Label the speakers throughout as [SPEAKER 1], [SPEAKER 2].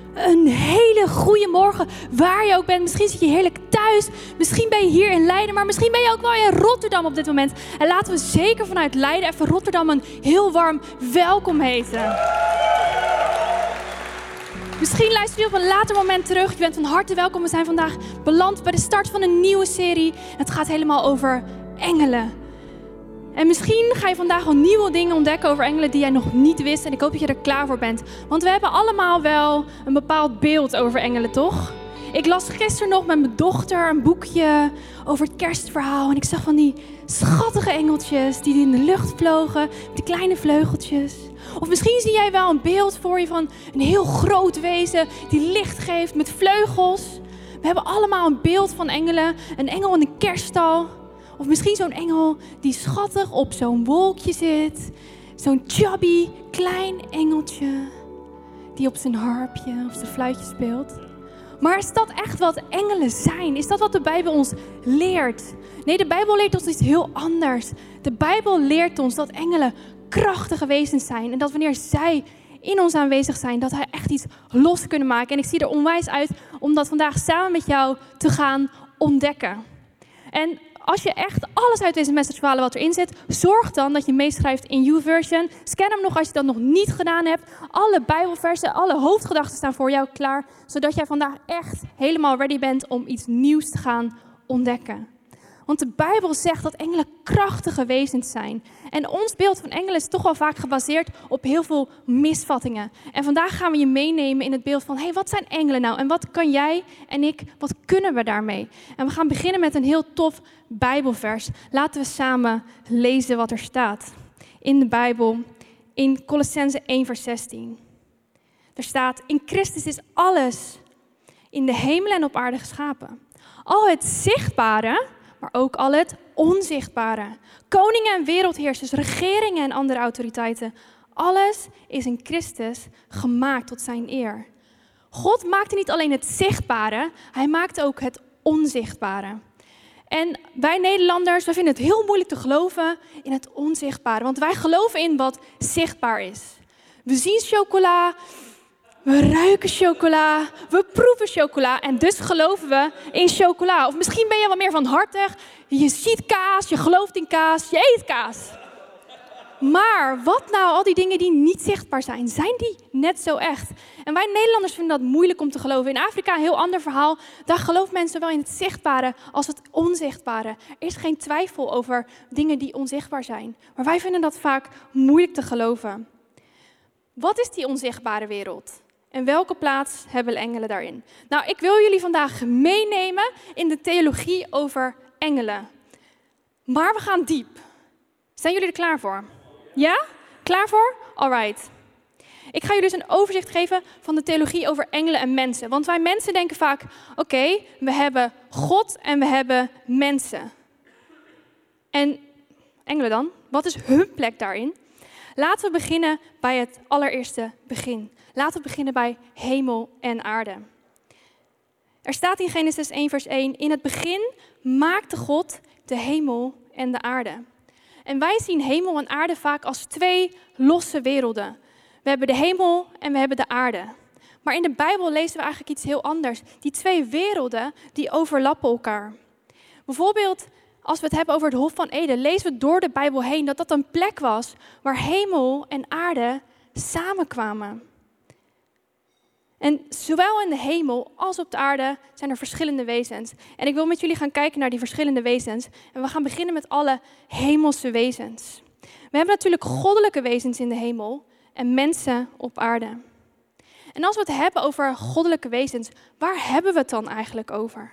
[SPEAKER 1] Een hele goede morgen, waar je ook bent. Misschien zit je heerlijk thuis. Misschien ben je hier in Leiden, maar misschien ben je ook wel in Rotterdam op dit moment. En laten we zeker vanuit Leiden even Rotterdam een heel warm welkom heten. Misschien luister je op een later moment terug. Je bent van harte welkom. We zijn vandaag beland bij de start van een nieuwe serie. Het gaat helemaal over engelen. En misschien ga je vandaag al nieuwe dingen ontdekken over engelen die jij nog niet wist. En ik hoop dat je er klaar voor bent. Want we hebben allemaal wel een bepaald beeld over engelen, toch? Ik las gisteren nog met mijn dochter een boekje over het kerstverhaal. En ik zag van die schattige engeltjes die in de lucht vlogen. Met die kleine vleugeltjes. Of misschien zie jij wel een beeld voor je van een heel groot wezen die licht geeft met vleugels. We hebben allemaal een beeld van engelen. Een engel in een kerststal. Of misschien zo'n engel die schattig op zo'n wolkje zit. Zo'n chubby, klein engeltje die op zijn harpje of zijn fluitje speelt. Maar is dat echt wat engelen zijn? Is dat wat de Bijbel ons leert? Nee, de Bijbel leert ons iets heel anders. De Bijbel leert ons dat engelen krachtige wezens zijn. En dat wanneer zij in ons aanwezig zijn, dat hij echt iets los kunnen maken. En ik zie er onwijs uit om dat vandaag samen met jou te gaan ontdekken. En als je echt alles uit deze message wil halen wat erin zit, zorg dan dat je meeschrijft in YouVersion. Scan hem nog als je dat nog niet gedaan hebt. Alle Bijbelversen, alle hoofdgedachten staan voor jou klaar, zodat jij vandaag echt helemaal ready bent om iets nieuws te gaan ontdekken. Want de Bijbel zegt dat engelen krachtige wezens zijn. En ons beeld van engelen is toch wel vaak gebaseerd op heel veel misvattingen. En vandaag gaan we je meenemen in het beeld van, wat zijn engelen nou? En wat kan jij en ik, wat kunnen we daarmee? En we gaan beginnen met een heel tof Bijbelvers. Laten we samen lezen wat er staat in de Bijbel, in Colossenzen 1 vers 16. Er staat, in Christus is alles in de hemel en op aarde geschapen. Al het zichtbare, maar ook al het onzichtbare. Koningen en wereldheersers, regeringen en andere autoriteiten. Alles is in Christus gemaakt tot zijn eer. God maakte niet alleen het zichtbare, hij maakte ook het onzichtbare. En wij Nederlanders, wij vinden het heel moeilijk te geloven in het onzichtbare. Want wij geloven in wat zichtbaar is. We zien chocola, we ruiken chocola, we proeven chocola en dus geloven we in chocola. Of misschien ben je wat meer van hartig, je ziet kaas, je gelooft in kaas, je eet kaas. Maar wat nou al die dingen die niet zichtbaar zijn die net zo echt? En wij Nederlanders vinden dat moeilijk om te geloven. In Afrika een heel ander verhaal, daar geloven mensen zowel in het zichtbare als het onzichtbare. Er is geen twijfel over dingen die onzichtbaar zijn. Maar wij vinden dat vaak moeilijk te geloven. Wat is die onzichtbare wereld? En welke plaats hebben engelen daarin? Nou, ik wil jullie vandaag meenemen in de theologie over engelen. Maar we gaan diep. Zijn jullie er klaar voor? Ja? Klaar voor? Alright. Ik ga jullie dus een overzicht geven van de theologie over engelen en mensen. Want wij mensen denken vaak, oké, we hebben God en we hebben mensen. En engelen dan? Wat is hun plek daarin? Laten we beginnen bij het allereerste begin. Laten we beginnen bij hemel en aarde. Er staat in Genesis 1 vers 1, in het begin maakte God de hemel en de aarde. En wij zien hemel en aarde vaak als twee losse werelden. We hebben de hemel en we hebben de aarde. Maar in de Bijbel lezen we eigenlijk iets heel anders. Die twee werelden, die overlappen elkaar. Bijvoorbeeld, als we het hebben over het Hof van Eden, lezen we door de Bijbel heen dat dat een plek was waar hemel en aarde samenkwamen. En zowel in de hemel als op de aarde zijn er verschillende wezens. En ik wil met jullie gaan kijken naar die verschillende wezens. En we gaan beginnen met alle hemelse wezens. We hebben natuurlijk goddelijke wezens in de hemel en mensen op aarde. En als we het hebben over goddelijke wezens, waar hebben we het dan eigenlijk over?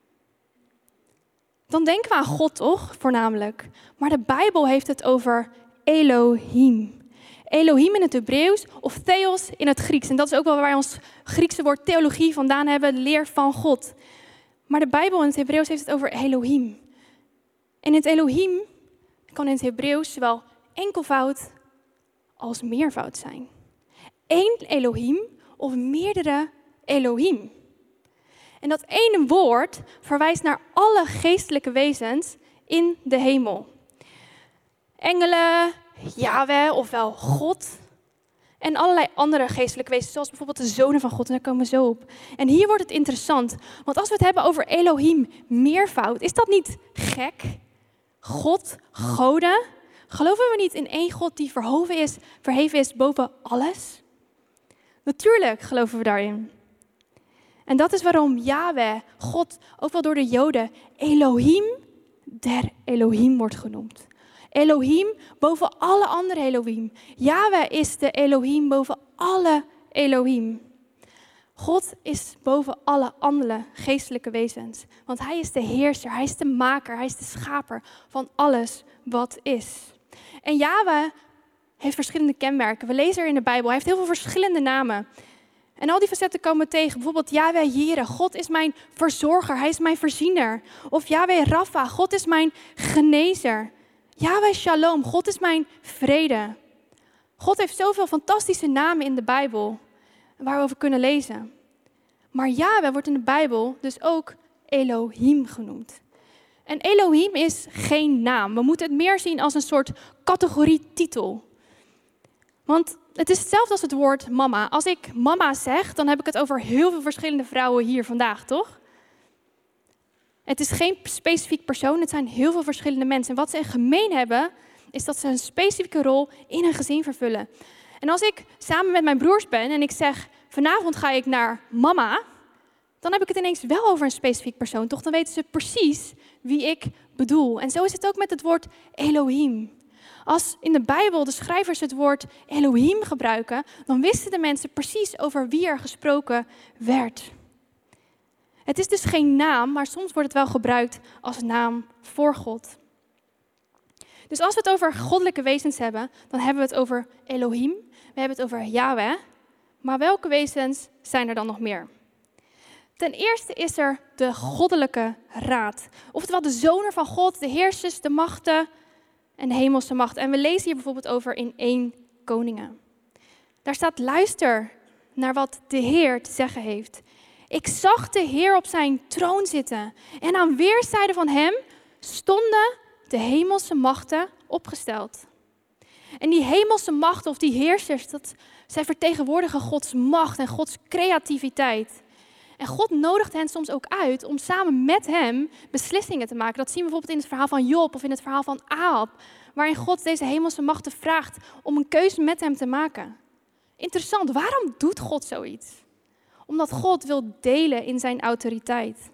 [SPEAKER 1] Dan denken we aan God toch, voornamelijk. Maar de Bijbel heeft het over Elohim. Elohim in het Hebreeuws of Theos in het Grieks. En dat is ook wel waar wij ons Griekse woord theologie vandaan hebben, de leer van God. Maar de Bijbel in het Hebreeuws heeft het over Elohim. En het Elohim kan in het Hebreeuws zowel enkelvoud als meervoud zijn. Eén Elohim of meerdere Elohim. En dat ene woord verwijst naar alle geestelijke wezens in de hemel. Engelen, Yahweh ofwel God. En allerlei andere geestelijke wezens, zoals bijvoorbeeld de zonen van God. En daar komen we zo op. En hier wordt het interessant. Want als we het hebben over Elohim, meervoud, is dat niet gek? God, goden. Geloven we niet in één God die verheven is boven alles? Natuurlijk geloven we daarin. En dat is waarom Yahweh, God, ook wel door de Joden, Elohim der Elohim wordt genoemd. Elohim boven alle andere Elohim. Yahweh is de Elohim boven alle Elohim. God is boven alle andere geestelijke wezens. Want hij is de heerser, hij is de maker, hij is de schaper van alles wat is. En Yahweh heeft verschillende kenmerken. We lezen er in de Bijbel, hij heeft heel veel verschillende namen. En al die facetten komen we tegen. Bijvoorbeeld Yahweh Jireh, God is mijn verzorger, hij is mijn voorziener. Of Yahweh Rapha, God is mijn genezer. Yahweh Shalom, God is mijn vrede. God heeft zoveel fantastische namen in de Bijbel waar we over kunnen lezen. Maar Yahweh wordt in de Bijbel dus ook Elohim genoemd. En Elohim is geen naam. We moeten het meer zien als een soort categorie-titel. Want het is hetzelfde als het woord mama. Als ik mama zeg, dan heb ik het over heel veel verschillende vrouwen hier vandaag, toch? Het is geen specifiek persoon, het zijn heel veel verschillende mensen. En wat ze in gemeen hebben, is dat ze een specifieke rol in een gezin vervullen. En als ik samen met mijn broers ben en ik zeg, vanavond ga ik naar mama, dan heb ik het ineens wel over een specifiek persoon, toch? Dan weten ze precies wie ik bedoel. En zo is het ook met het woord Elohim. Als in de Bijbel de schrijvers het woord Elohim gebruiken, dan wisten de mensen precies over wie er gesproken werd. Het is dus geen naam, maar soms wordt het wel gebruikt als naam voor God. Dus als we het over goddelijke wezens hebben, dan hebben we het over Elohim, we hebben het over Yahweh. Maar welke wezens zijn er dan nog meer? Ten eerste is er de goddelijke raad. Oftewel de zonen van God, de heersers, de machten en de hemelse macht. En we lezen hier bijvoorbeeld over in 1 Koningen. Daar staat, luister naar wat de Heer te zeggen heeft. Ik zag de Heer op zijn troon zitten en aan weerszijden van hem stonden de hemelse machten opgesteld. En die hemelse machten of die heersers, zij vertegenwoordigen Gods macht en Gods creativiteit. En God nodigt hen soms ook uit om samen met hem beslissingen te maken. Dat zien we bijvoorbeeld in het verhaal van Job of in het verhaal van Ahab, waarin God deze hemelse machten vraagt om een keuze met hem te maken. Interessant, waarom doet God zoiets? Omdat God wil delen in zijn autoriteit.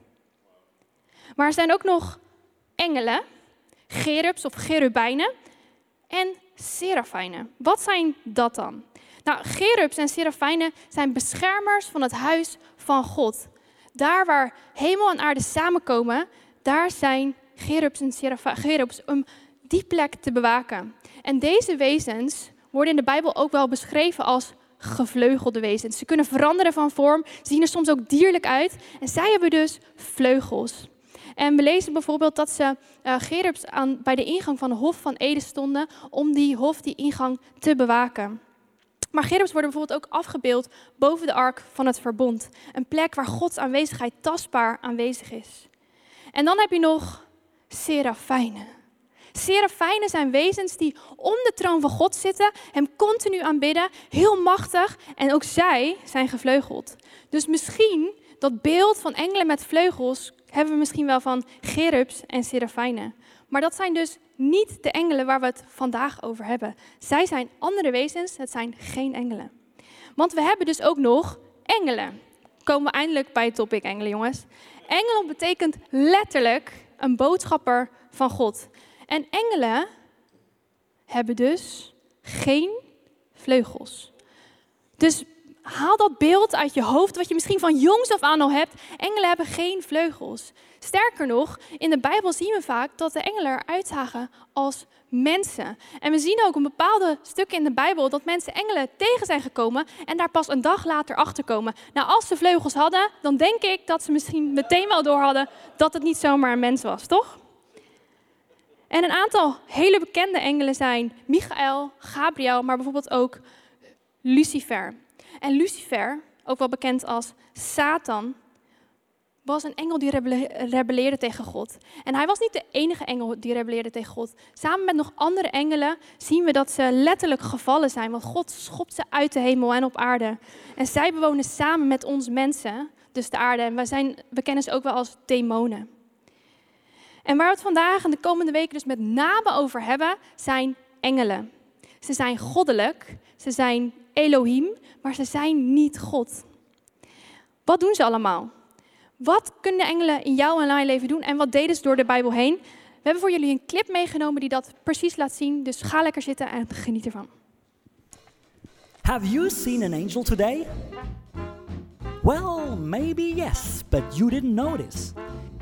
[SPEAKER 1] Maar er zijn ook nog engelen, cherubs of cherubijnen en serafijnen. Wat zijn dat dan? Nou, cherubs en serafijnen zijn beschermers van het huis van God. Daar waar hemel en aarde samenkomen, daar zijn cherubs en cherubs om die plek te bewaken. En deze wezens worden in de Bijbel ook wel beschreven als gevleugelde wezens. Ze kunnen veranderen van vorm, zien er soms ook dierlijk uit. En zij hebben dus vleugels. En we lezen bijvoorbeeld dat ze cherubs bij de ingang van de Hof van Eden stonden om die ingang te bewaken. Maar cherubs worden bijvoorbeeld ook afgebeeld boven de ark van het verbond. Een plek waar Gods aanwezigheid tastbaar aanwezig is. En dan heb je nog serafijnen. Serafijnen zijn wezens die om de troon van God zitten, hem continu aanbidden, heel machtig en ook zij zijn gevleugeld. Dus misschien dat beeld van engelen met vleugels hebben we misschien wel van cherubs en serafijnen. Maar dat zijn dus niet de engelen waar we het vandaag over hebben. Zij zijn andere wezens, het zijn geen engelen. Want we hebben dus ook nog engelen. Komen we eindelijk bij het topic engelen, jongens. Engel betekent letterlijk een boodschapper van God. En engelen hebben dus geen vleugels. Dus haal dat beeld uit je hoofd, wat je misschien van jongs af aan al hebt. Engelen hebben geen vleugels. Sterker nog, in de Bijbel zien we vaak dat de engelen eruit zagen als mensen. En we zien ook in bepaalde stukken in de Bijbel dat mensen engelen tegen zijn gekomen en daar pas een dag later achter komen. Nou, als ze vleugels hadden, dan denk ik dat ze misschien meteen wel door hadden dat het niet zomaar een mens was, toch? En een aantal hele bekende engelen zijn Michael, Gabriel, maar bijvoorbeeld ook Lucifer. En Lucifer, ook wel bekend als Satan, was een engel die rebelleerde tegen God. En hij was niet de enige engel die rebelleerde tegen God. Samen met nog andere engelen zien we dat ze letterlijk gevallen zijn. Want God schopt ze uit de hemel en op aarde. En zij bewonen samen met ons mensen, dus de aarde. En we kennen ze ook wel als demonen. En waar we het vandaag en de komende weken dus met name over hebben, zijn engelen. Ze zijn goddelijk, ze zijn Elohim, maar ze zijn niet God. Wat doen ze allemaal? Wat kunnen de engelen in jouw en mijn leven doen en wat deden ze door de Bijbel heen? We hebben voor jullie een clip meegenomen die dat precies laat zien, dus ga lekker zitten en geniet ervan.
[SPEAKER 2] Have you seen an angel today? Well, maybe yes, but you didn't notice.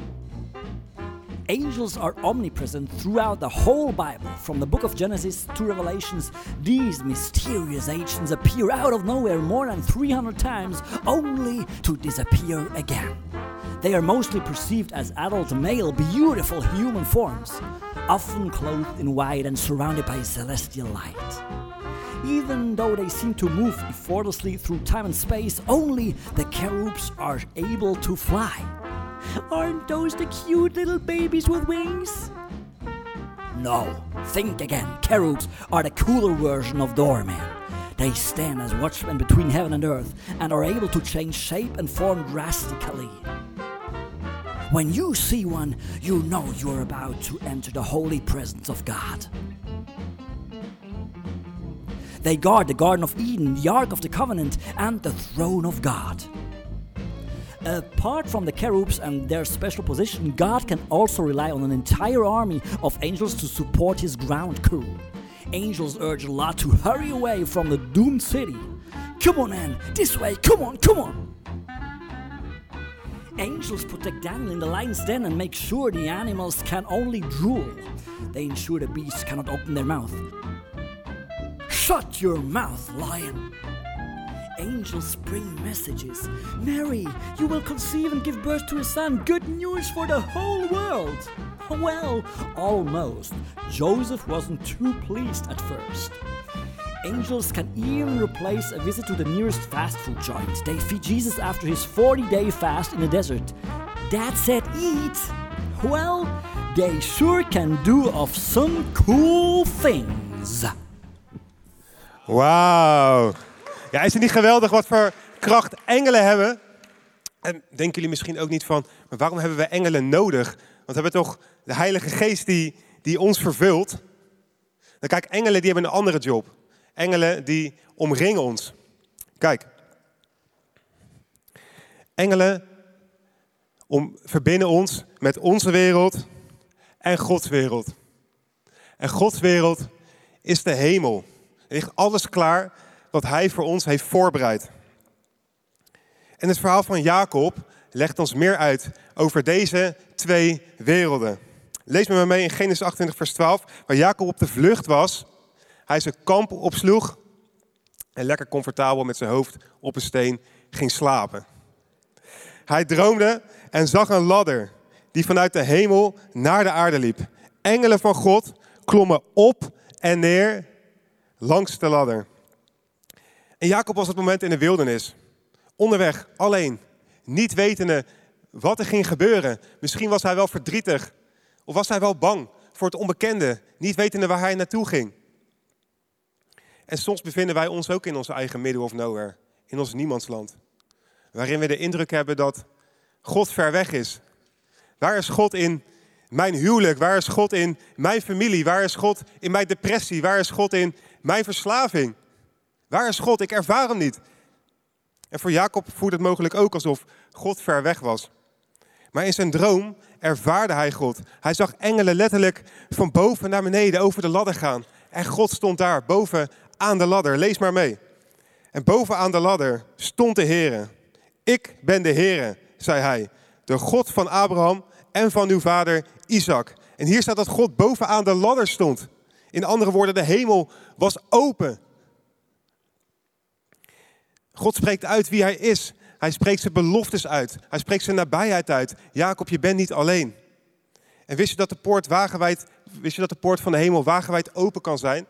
[SPEAKER 2] Angels are omnipresent throughout the whole Bible. From the book of Genesis to Revelations, these mysterious agents appear out of nowhere more than 300 times, only to disappear again. They are mostly perceived as adult male, beautiful human forms, often clothed in white and surrounded by celestial light. Even though they seem to move effortlessly through time and space, only the cherubs are able to fly. Aren't those the cute little babies with wings? No, think again. Cherubs are the cooler version of doormen. They stand as watchmen between heaven and earth and are able to change shape and form drastically. When you see one, you know you're about to enter the holy presence of God. They guard the Garden of Eden, the Ark of the Covenant, and the throne of God. Apart from the cherubs and their special position, God can also rely on an entire army of angels to support his ground crew. Angels urge Lot to hurry away from the doomed city. Come on, Anne, this way, come on, come on. Angels protect Daniel in the lion's den and make sure the animals can only drool. They ensure the beasts cannot open their mouth. Shut your mouth, lion! Angels bring messages. Mary, you will conceive and give birth to a son. Good news for the whole world. Well, almost. Joseph wasn't too pleased at first. Angels can even replace a visit to the nearest fast food joint. They feed Jesus after his 40-day fast in the desert. Dad said eat. Well, they sure can do of some cool things.
[SPEAKER 3] Wauw. Ja, is het niet geweldig wat voor kracht engelen hebben? En denken jullie misschien ook niet van, maar waarom hebben we engelen nodig? Want we hebben toch de Heilige Geest die ons vervult? Dan kijk, engelen die hebben een andere job. Engelen die omringen ons. Kijk. Engelen verbinden ons met onze wereld en Gods wereld. En Gods wereld is de hemel. Er ligt alles klaar wat hij voor ons heeft voorbereid. En het verhaal van Jacob legt ons meer uit over deze twee werelden. Lees met me mee in Genesis 28 vers 12, waar Jacob op de vlucht was. Hij zijn kamp opsloeg en lekker comfortabel met zijn hoofd op een steen ging slapen. Hij droomde en zag een ladder die vanuit de hemel naar de aarde liep. Engelen van God klommen op en neer langs de ladder. En Jacob was op het moment in de wildernis. Onderweg, alleen, niet wetende wat er ging gebeuren. Misschien was hij wel verdrietig. Of was hij wel bang voor het onbekende. Niet wetende waar hij naartoe ging. En soms bevinden wij ons ook in onze eigen middle of nowhere. In ons niemandsland. Waarin we de indruk hebben dat God ver weg is. Waar is God in mijn huwelijk? Waar is God in mijn familie? Waar is God in mijn depressie? Waar is God in mijn verslaving? Waar is God? Ik ervaar hem niet. En voor Jacob voelde het mogelijk ook alsof God ver weg was. Maar in zijn droom ervaarde hij God. Hij zag engelen letterlijk van boven naar beneden over de ladder gaan. En God stond daar boven aan de ladder. Lees maar mee. En boven aan de ladder stond de Heere. Ik ben de Heere, zei hij. De God van Abraham en van uw vader Isaac. En hier staat dat God bovenaan de ladder stond. In andere woorden, de hemel was open. God spreekt uit wie hij is. Hij spreekt zijn beloftes uit. Hij spreekt zijn nabijheid uit. Jacob, je bent niet alleen. En wist je dat de poort van de hemel wagenwijd open kan zijn?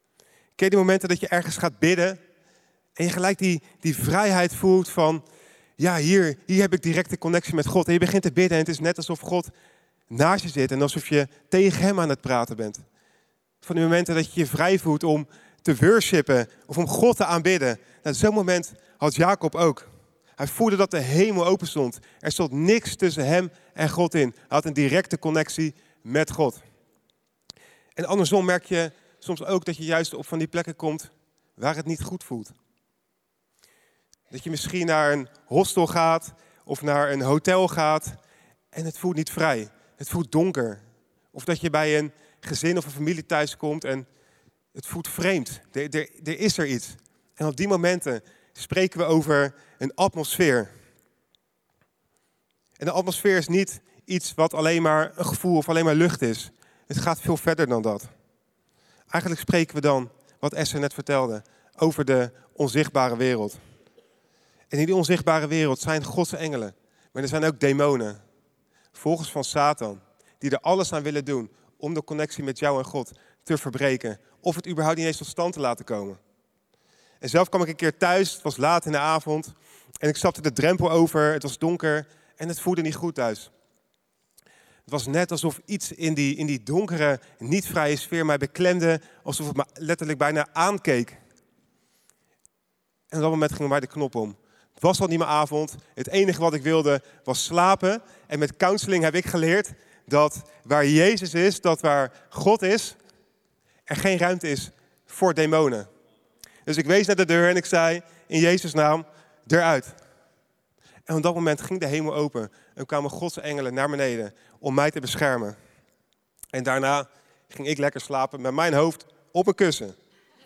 [SPEAKER 3] Ken je die momenten dat je ergens gaat bidden en je gelijk die vrijheid voelt van, Ja, hier heb ik directe connectie met God. En je begint te bidden en het is net alsof God naast je zit en alsof je tegen hem aan het praten bent. Van die momenten dat je je vrij voelt om te worshipen of om God te aanbidden. Nou, zo'n moment had Jacob ook. Hij voelde dat de hemel open stond. Er stond niks tussen hem en God in. Hij had een directe connectie met God. En andersom merk je soms ook dat je juist op van die plekken komt waar het niet goed voelt. Dat je misschien naar een hostel gaat of naar een hotel gaat en het voelt niet vrij. Het voelt donker. Of dat je bij een gezin of een familie thuis komt en het voelt vreemd. Er is er iets. En op die momenten spreken we over een atmosfeer. En de atmosfeer is niet iets wat alleen maar een gevoel of alleen maar lucht is. Het gaat veel verder dan dat. Eigenlijk spreken we dan, wat Esther net vertelde, over de onzichtbare wereld. En in die onzichtbare wereld zijn Gods engelen. Maar er zijn ook demonen. Volgers van Satan. Die er alles aan willen doen om de connectie met jou en God te verbreken. Of het überhaupt niet eens tot stand te laten komen. En zelf kwam ik een keer thuis. Het was laat in de avond. En ik stapte de drempel over. Het was donker. En het voelde niet goed thuis. Het was net alsof iets in die donkere, niet vrije sfeer mij beklemde. Alsof het me letterlijk bijna aankeek. En op dat moment ging bij de knop om. Het was al niet mijn avond. Het enige wat ik wilde was slapen. En met counseling heb ik geleerd dat waar Jezus is, dat waar God is, er geen ruimte is voor demonen. Dus ik wees naar de deur en ik zei, in Jezus' naam, eruit. En op dat moment ging de hemel open en kwamen Gods engelen naar beneden om mij te beschermen. En daarna ging ik lekker slapen met mijn hoofd op een kussen.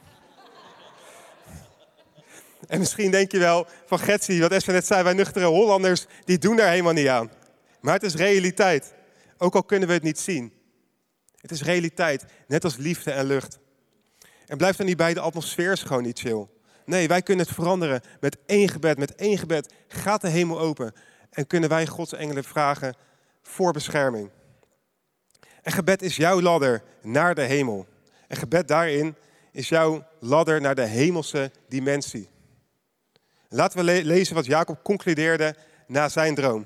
[SPEAKER 3] En misschien denk je wel van Getsie, wat Esther net zei, wij nuchtere Hollanders, die doen daar helemaal niet aan. Maar het is realiteit. Ook al kunnen we het niet zien. Het is realiteit, net als liefde en lucht. En blijf dan niet bij, de atmosfeer is gewoon niet chill. Nee, wij kunnen het veranderen met één gebed. Met één gebed gaat de hemel open. En kunnen wij Gods engelen vragen voor bescherming. En gebed is jouw ladder naar de hemel. En gebed daarin is jouw ladder naar de hemelse dimensie. Laten we lezen wat Jacob concludeerde na zijn droom.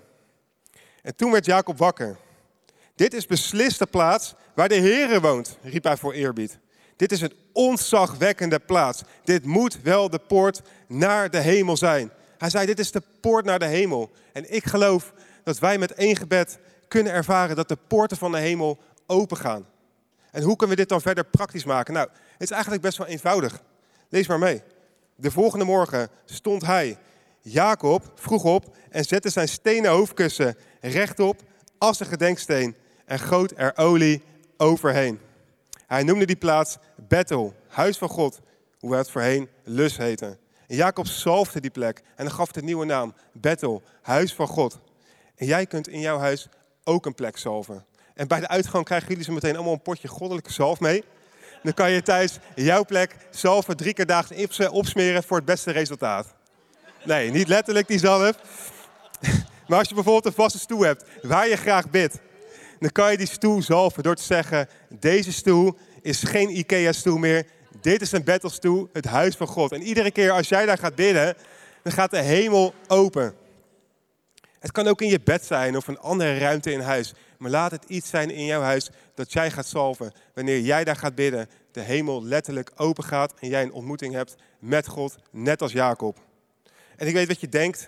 [SPEAKER 3] En toen werd Jacob wakker. Dit is beslist de plaats waar de Heere woont, riep hij voor eerbied. Dit is een ontzagwekkende plaats. Dit moet wel de poort naar de hemel zijn. Hij zei, dit is de poort naar de hemel. En ik geloof dat wij met één gebed kunnen ervaren dat de poorten van de hemel open gaan. En hoe kunnen we dit dan verder praktisch maken? Nou, het is eigenlijk best wel eenvoudig. Lees maar mee. De volgende morgen stond hij, Jacob, vroeg op en zette zijn stenen hoofdkussen rechtop als een gedenksteen en goot er olie overheen. Hij noemde die plaats Bethel, huis van God, hoewel het voorheen Luz heette. En Jacob zalfde die plek en gaf het een nieuwe naam, Bethel, huis van God. En jij kunt in jouw huis ook een plek zalven. En bij de uitgang krijgen jullie zo meteen allemaal een potje goddelijke zalf mee. Dan kan je thuis jouw plek zalven 3 keer daags opsmeren voor het beste resultaat. Nee, niet letterlijk die zalf. Maar als je bijvoorbeeld een vaste stoel hebt waar je graag bidt, dan kan je die stoel zalven door te zeggen, deze stoel is geen IKEA-stoel meer. Dit is een Bethelstoel, het huis van God. En iedere keer als jij daar gaat bidden, dan gaat de hemel open. Het kan ook in je bed zijn of een andere ruimte in huis. Maar laat het iets zijn in jouw huis dat jij gaat zalven. Wanneer jij daar gaat bidden, de hemel letterlijk open gaat en jij een ontmoeting hebt met God, net als Jacob. En ik weet wat je denkt.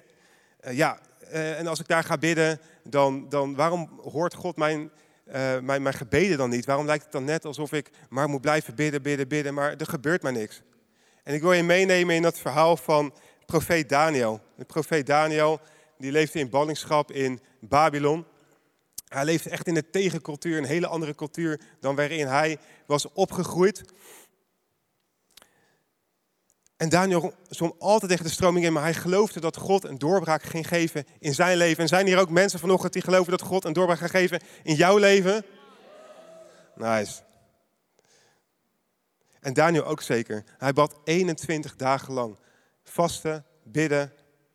[SPEAKER 3] En als ik daar ga bidden, dan waarom hoort God mijn gebeden dan niet? Waarom lijkt het dan net alsof ik maar moet blijven bidden, maar er gebeurt maar niks? En ik wil je meenemen in dat verhaal van profeet Daniel. De profeet Daniel, die leefde in ballingschap in Babylon. Hij leefde echt in de tegencultuur, een hele andere cultuur dan waarin hij was opgegroeid. En Daniel zwom altijd tegen de stroming in, maar hij geloofde dat God een doorbraak ging geven in zijn leven. En zijn hier ook mensen vanochtend die geloven dat God een doorbraak gaat geven in jouw leven? Nice. En Daniel ook zeker. Hij bad 21 dagen lang. Vasten, bidden.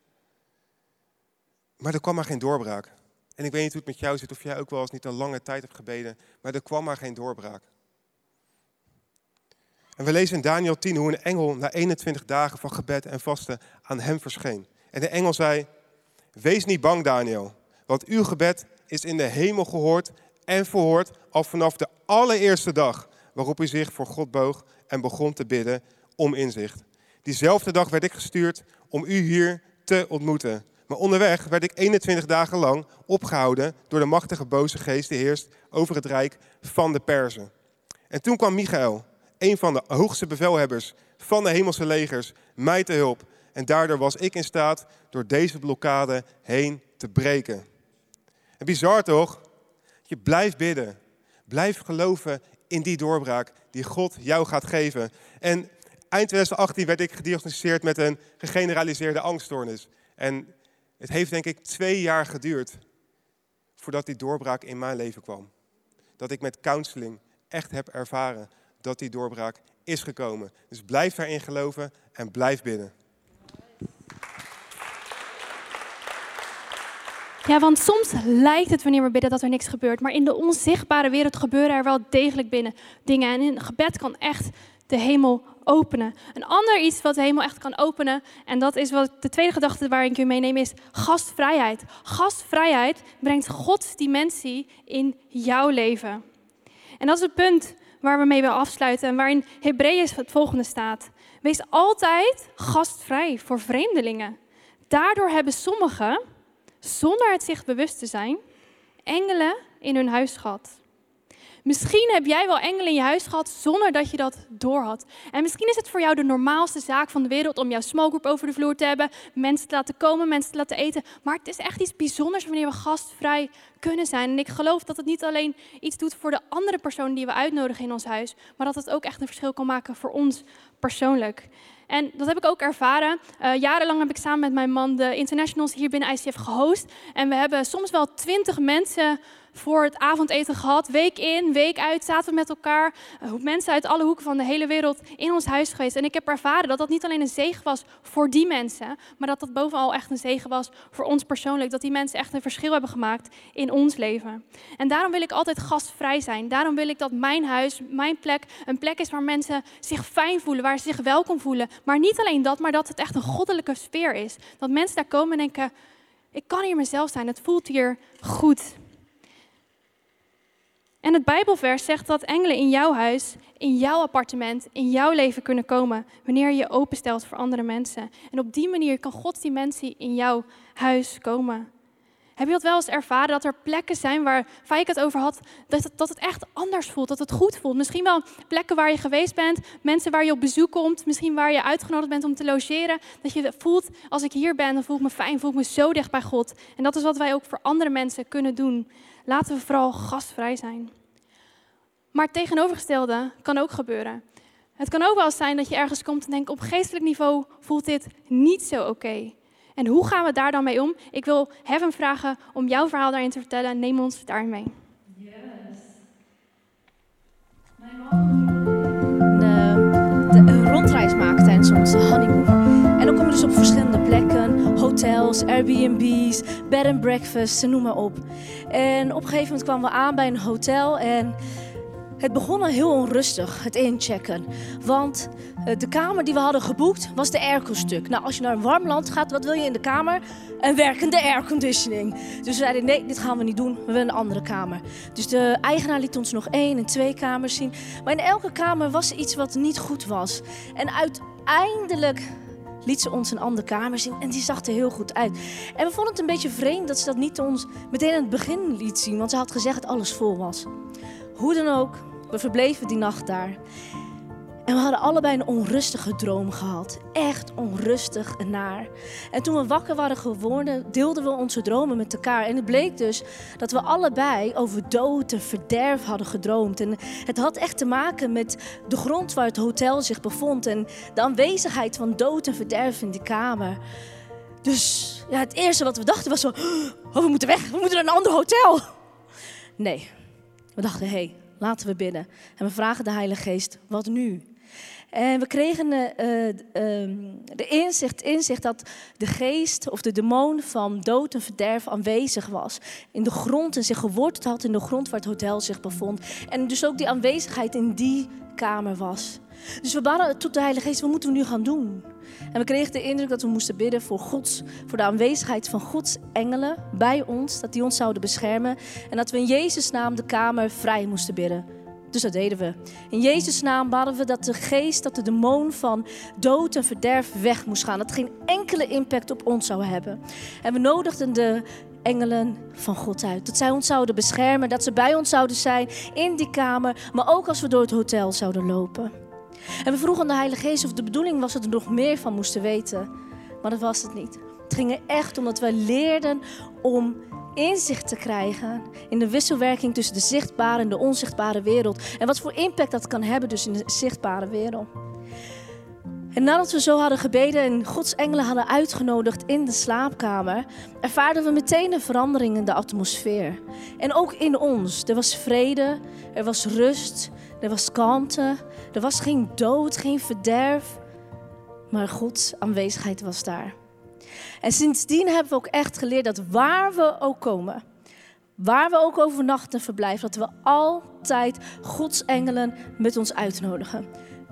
[SPEAKER 3] Maar er kwam maar geen doorbraak. En ik weet niet hoe het met jou zit, of jij ook wel eens niet een lange tijd hebt gebeden. Maar er kwam maar geen doorbraak. En we lezen in Daniel 10 hoe een engel na 21 dagen van gebed en vasten aan hem verscheen. En de engel zei, Wees niet bang, Daniel, want uw gebed is in de hemel gehoord en verhoord al vanaf de allereerste dag waarop u zich voor God boog en begon te bidden om inzicht. Diezelfde dag werd ik gestuurd om u hier te ontmoeten. Maar onderweg werd ik 21 dagen lang opgehouden door de machtige boze geest die heerst over het rijk van de Perzen. En toen kwam Michael, een van de hoogste bevelhebbers van de hemelse legers, mij te hulp. En daardoor was ik in staat door deze blokkade heen te breken. En bizar toch? Je blijft bidden. Blijf geloven in die doorbraak die God jou gaat geven. En eind 2018 werd ik gediagnosticeerd met een gegeneraliseerde angststoornis. En het heeft denk ik 2 jaar geduurd voordat die doorbraak in mijn leven kwam. Dat ik met counseling echt heb ervaren dat die doorbraak is gekomen. Dus blijf daarin geloven en blijf bidden.
[SPEAKER 1] Ja, want soms lijkt het wanneer we bidden dat er niks gebeurt. Maar in de onzichtbare wereld gebeuren er wel degelijk binnen dingen. En in gebed kan echt de hemel openen. Een ander iets wat de hemel echt kan openen, en dat is wat de tweede gedachte waar ik u meeneem, is gastvrijheid. Gastvrijheid brengt Gods dimensie in jouw leven. En dat is het punt waar we mee willen afsluiten en waarin Hebreeën het volgende staat. Wees altijd gastvrij voor vreemdelingen. Daardoor hebben sommigen, zonder het zich bewust te zijn, engelen in hun huis gehad. Misschien heb jij wel engelen in je huis gehad zonder dat je dat doorhad. En misschien is het voor jou de normaalste zaak van de wereld om jouw smallgroep over de vloer te hebben, mensen te laten komen, mensen te laten eten. Maar het is echt iets bijzonders wanneer we gastvrij kunnen zijn. En ik geloof dat het niet alleen iets doet voor de andere personen die we uitnodigen in ons huis, maar dat het ook echt een verschil kan maken voor ons persoonlijk. En dat heb ik ook ervaren. Jarenlang heb ik samen met mijn man de internationals hier binnen ICF gehost. En we hebben soms wel 20 mensen voor het avondeten gehad. Week in, week uit zaten we met elkaar. Mensen uit alle hoeken van de hele wereld in ons huis geweest. En ik heb ervaren dat dat niet alleen een zegen was voor die mensen, maar dat dat bovenal echt een zegen was voor ons persoonlijk. Dat die mensen echt een verschil hebben gemaakt in ons leven. En daarom wil ik altijd gastvrij zijn. Daarom wil ik dat mijn huis, mijn plek, een plek is waar mensen zich fijn voelen, waar ze zich welkom voelen. Maar niet alleen dat, maar dat het echt een goddelijke sfeer is. Dat mensen daar komen en denken, ik kan hier mezelf zijn, het voelt hier goed. En het Bijbelvers zegt dat engelen in jouw huis, in jouw appartement, in jouw leven kunnen komen wanneer je je openstelt voor andere mensen. En op die manier kan Gods dimensie in jouw huis komen. Heb je dat wel eens ervaren, dat er plekken zijn waar Faik het over had, dat het echt anders voelt, dat het goed voelt? Misschien wel plekken waar je geweest bent, mensen waar je op bezoek komt, misschien waar je uitgenodigd bent om te logeren. Dat je voelt, als ik hier ben, dan voel ik me fijn, voel ik me zo dicht bij God. En dat is wat wij ook voor andere mensen kunnen doen. Laten we vooral gastvrij zijn. Maar het tegenovergestelde kan ook gebeuren. Het kan ook wel eens zijn dat je ergens komt en denkt, op geestelijk niveau voelt dit niet zo oké. En hoe gaan we daar dan mee om? Ik wil Heaven vragen om jouw verhaal daarin te vertellen. Neem ons daarin mee.
[SPEAKER 4] Yes. Mijn man een rondreis maken tijdens onze honeymoon. En dan kom je dus op verschillende plekken. Hotels, Airbnb's, bed and breakfast, noem maar op. En op een gegeven moment kwamen we aan bij een hotel en het begon al heel onrustig, het inchecken. Want de kamer die we hadden geboekt was de airco-stuk. Nou, als je naar een warm land gaat, wat wil je in de kamer? Een werkende airconditioning. Dus we zeiden, nee, dit gaan we niet doen. We willen een andere kamer. Dus de eigenaar liet ons nog 1 en 2 kamers zien. Maar in elke kamer was iets wat niet goed was. En uiteindelijk liet ze ons een andere kamer zien en die zag er heel goed uit. En we vonden het een beetje vreemd dat ze dat niet ons meteen aan het begin liet zien. Want ze had gezegd dat alles vol was. Hoe dan ook, we verbleven die nacht daar. En we hadden allebei een onrustige droom gehad. Echt onrustig en naar. En toen we wakker waren geworden, deelden we onze dromen met elkaar. En het bleek dus dat we allebei over dood en verderf hadden gedroomd. En het had echt te maken met de grond waar het hotel zich bevond. En de aanwezigheid van dood en verderf in die kamer. Dus ja, het eerste wat we dachten was zo, oh, we moeten weg, we moeten naar een ander hotel. Nee, we dachten, laten we bidden. En we vragen de Heilige Geest, wat nu? En we kregen de inzicht dat de geest of de demon van dood en verderf aanwezig was. In de grond en zich geworteld had in de grond waar het hotel zich bevond. En dus ook die aanwezigheid in die kamer was. Dus we baden tot de Heilige Geest, wat moeten we nu gaan doen? En we kregen de indruk dat we moesten bidden voor de aanwezigheid van Gods engelen bij ons. Dat die ons zouden beschermen. En dat we in Jezus' naam de kamer vrij moesten bidden. Dus dat deden we. In Jezus' naam baden we dat de geest, dat de demon van dood en verderf weg moest gaan. Dat het geen enkele impact op ons zou hebben. En we nodigden de engelen van God uit. Dat zij ons zouden beschermen, dat ze bij ons zouden zijn in die kamer. Maar ook als we door het hotel zouden lopen. En we vroegen aan de Heilige Geest of de bedoeling was dat we er nog meer van moesten weten. Maar dat was het niet. Het ging er echt om dat wij leerden om inzicht te krijgen in de wisselwerking tussen de zichtbare en de onzichtbare wereld. En wat voor impact dat kan hebben dus in de zichtbare wereld. En nadat we zo hadden gebeden en Gods engelen hadden uitgenodigd in de slaapkamer, ervaarden we meteen een verandering in de atmosfeer. En ook in ons. Er was vrede, er was rust, er was kalmte, er was geen dood, geen verderf. Maar Gods aanwezigheid was daar. En sindsdien hebben we ook echt geleerd dat waar we ook komen, waar we ook overnachten en verblijven, dat we altijd Gods engelen met ons uitnodigen.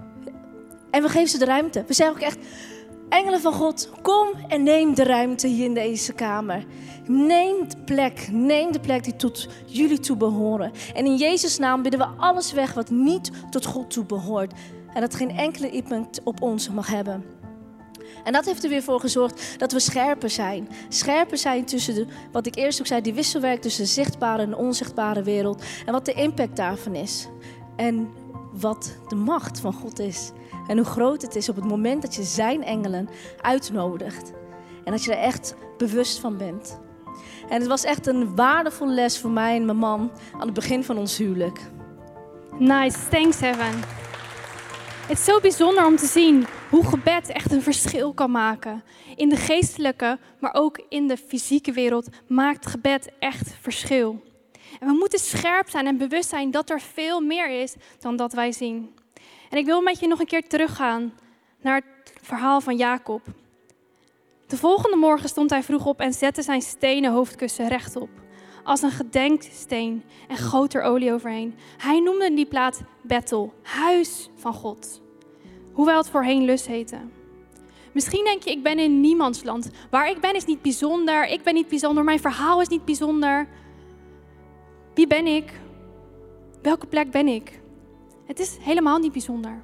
[SPEAKER 4] En we geven ze de ruimte. We zeggen ook echt, engelen van God, kom en neem de ruimte hier in deze kamer. Neem de plek die tot jullie toe behoren. En in Jezus' naam bidden we alles weg wat niet tot God toe behoort. En dat geen enkele impact op ons mag hebben. En dat heeft er weer voor gezorgd dat we scherper zijn. Scherper zijn tussen wat ik eerst ook zei, die wisselwerking tussen de zichtbare en de onzichtbare wereld. En wat de impact daarvan is. En wat de macht van God is. En hoe groot het is op het moment dat je zijn engelen uitnodigt. En dat je er echt bewust van bent. En het was echt een waardevolle les voor mij en mijn man aan het begin van ons huwelijk.
[SPEAKER 1] Nice, thanks Evan. Het is zo bijzonder om te zien hoe gebed echt een verschil kan maken. In de geestelijke, maar ook in de fysieke wereld maakt gebed echt verschil. En we moeten scherp zijn en bewust zijn dat er veel meer is dan dat wij zien. En ik wil met je nog een keer teruggaan naar het verhaal van Jacob. De volgende morgen stond hij vroeg op en zette zijn stenen hoofdkussen rechtop. Als een gedenksteen en goot er olie overheen. Hij noemde die plaats Bethel, huis van God. Hoewel het voorheen Luz heette. Misschien denk je, ik ben in niemands land. Waar ik ben is niet bijzonder, ik ben niet bijzonder, mijn verhaal is niet bijzonder. Wie ben ik? Welke plek ben ik? Het is helemaal niet bijzonder.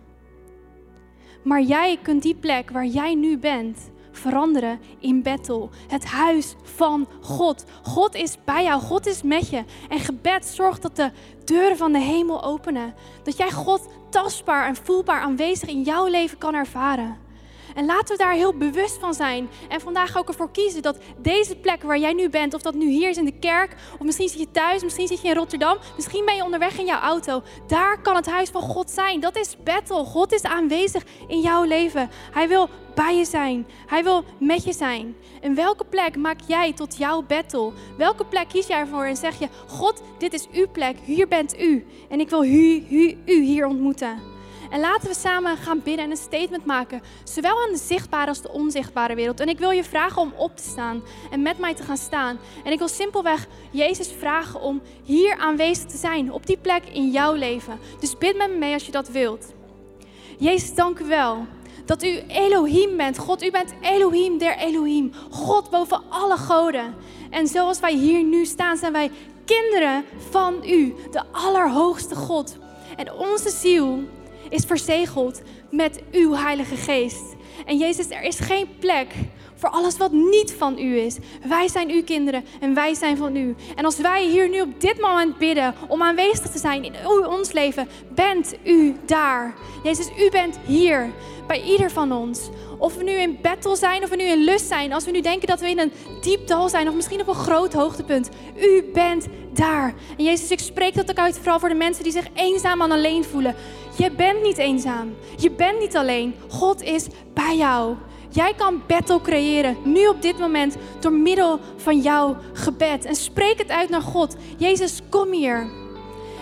[SPEAKER 1] Maar jij kunt die plek waar jij nu bent veranderen in Bethel. Het huis van God. God is bij jou, God is met je. En gebed zorgt dat de deuren van de hemel openen. Dat jij God tastbaar en voelbaar aanwezig in jouw leven kan ervaren. En laten we daar heel bewust van zijn. En vandaag ook ervoor kiezen dat deze plek waar jij nu bent, of dat nu hier is in de kerk, of misschien zit je thuis, misschien zit je in Rotterdam, misschien ben je onderweg in jouw auto. Daar kan het huis van God zijn. Dat is Bethel. God is aanwezig in jouw leven. Hij wil bij je zijn. Hij wil met je zijn. En welke plek maak jij tot jouw Bethel? Welke plek kies jij ervoor en zeg je, God, dit is uw plek. Hier bent u. En ik wil u hier ontmoeten. En laten we samen gaan bidden en een statement maken. Zowel aan de zichtbare als de onzichtbare wereld. En ik wil je vragen om op te staan en met mij te gaan staan. En ik wil simpelweg Jezus vragen om hier aanwezig te zijn. Op die plek in jouw leven. Dus bid met me mee als je dat wilt. Jezus, dank u wel. Dat u Elohim bent. God, u bent Elohim der Elohim. God boven alle goden. En zoals wij hier nu staan, zijn wij kinderen van u. De allerhoogste God. En onze ziel is verzegeld met uw Heilige Geest. En Jezus, er is geen plek voor alles wat niet van u is. Wij zijn uw kinderen en wij zijn van u. En als wij hier nu op dit moment bidden om aanwezig te zijn in ons leven, bent u daar. Jezus, u bent hier bij ieder van ons. Of we nu in Bethel zijn of we nu in Luz zijn. Als we nu denken dat we in een diep dal zijn of misschien op een groot hoogtepunt. U bent daar. En Jezus, ik spreek dat ook uit vooral voor de mensen die zich eenzaam en alleen voelen. Je bent niet eenzaam. Je bent niet alleen. God is bij jou. Jij kan Bethel creëren, nu op dit moment, door middel van jouw gebed. En spreek het uit naar God. Jezus, kom hier.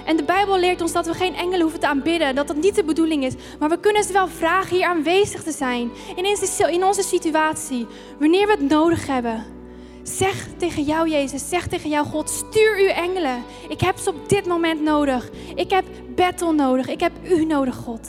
[SPEAKER 1] En de Bijbel leert ons dat we geen engelen hoeven te aanbidden. Dat dat niet de bedoeling is. Maar we kunnen ze wel vragen hier aanwezig te zijn. In onze situatie. Wanneer we het nodig hebben. Zeg tegen jou, Jezus. Zeg tegen jou, God. Stuur uw engelen. Ik heb ze op dit moment nodig. Ik heb Bethel nodig. Ik heb u nodig, God.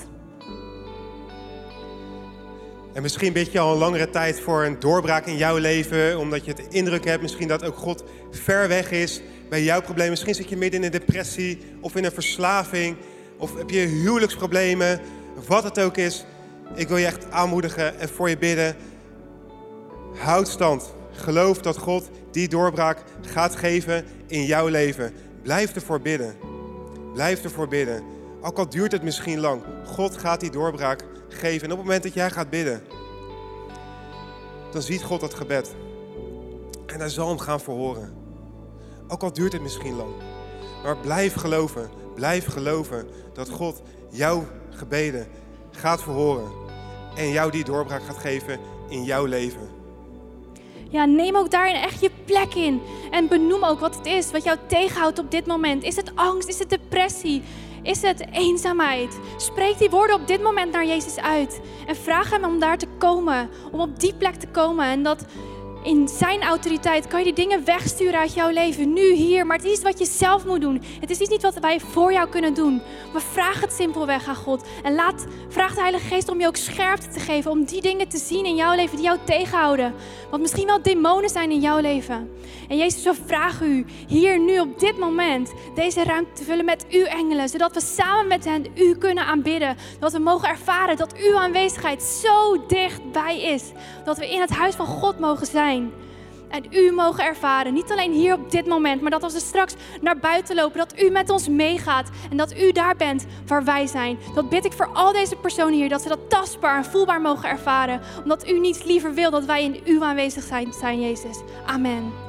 [SPEAKER 3] En misschien bid je al een langere tijd voor een doorbraak in jouw leven. Omdat je het indruk hebt misschien dat ook God ver weg is bij jouw probleem. Misschien zit je midden in een depressie of in een verslaving. Of heb je huwelijksproblemen. Wat het ook is. Ik wil je echt aanmoedigen en voor je bidden. Houd stand. Geloof dat God die doorbraak gaat geven in jouw leven. Blijf ervoor bidden. Blijf ervoor bidden. Ook al duurt het misschien lang. God gaat die doorbraak geven. En op het moment dat jij gaat bidden, dan ziet God dat gebed. En hij zal hem gaan verhoren. Ook al duurt het misschien lang. Maar blijf geloven. Blijf geloven dat God jouw gebeden gaat verhoren. En jou die doorbraak gaat geven in jouw leven.
[SPEAKER 1] Ja, neem ook daarin echt je plek in. En benoem ook wat het is, wat jou tegenhoudt op dit moment. Is het angst? Is het depressie? Is het eenzaamheid? Spreek die woorden op dit moment naar Jezus uit. En vraag hem om daar te komen. Om op die plek te komen. En dat in zijn autoriteit kan je die dingen wegsturen uit jouw leven. Nu, hier. Maar het is iets wat je zelf moet doen. Het is niet wat wij voor jou kunnen doen. Maar vraag het simpelweg aan God. En vraag de Heilige Geest om je ook scherpte te geven. Om die dingen te zien in jouw leven die jou tegenhouden. Wat misschien wel demonen zijn in jouw leven. En Jezus, we vragen u hier nu op dit moment deze ruimte te vullen met uw engelen. Zodat we samen met hen u kunnen aanbidden. Dat we mogen ervaren dat uw aanwezigheid zo dichtbij is. Dat we in het huis van God mogen zijn. En u mogen ervaren, niet alleen hier op dit moment, maar dat als we straks naar buiten lopen, dat u met ons meegaat en dat u daar bent waar wij zijn. Dat bid ik voor al deze personen hier, dat ze dat tastbaar en voelbaar mogen ervaren. Omdat u niets liever wil dat wij in uw aanwezig zijn, Jezus. Amen.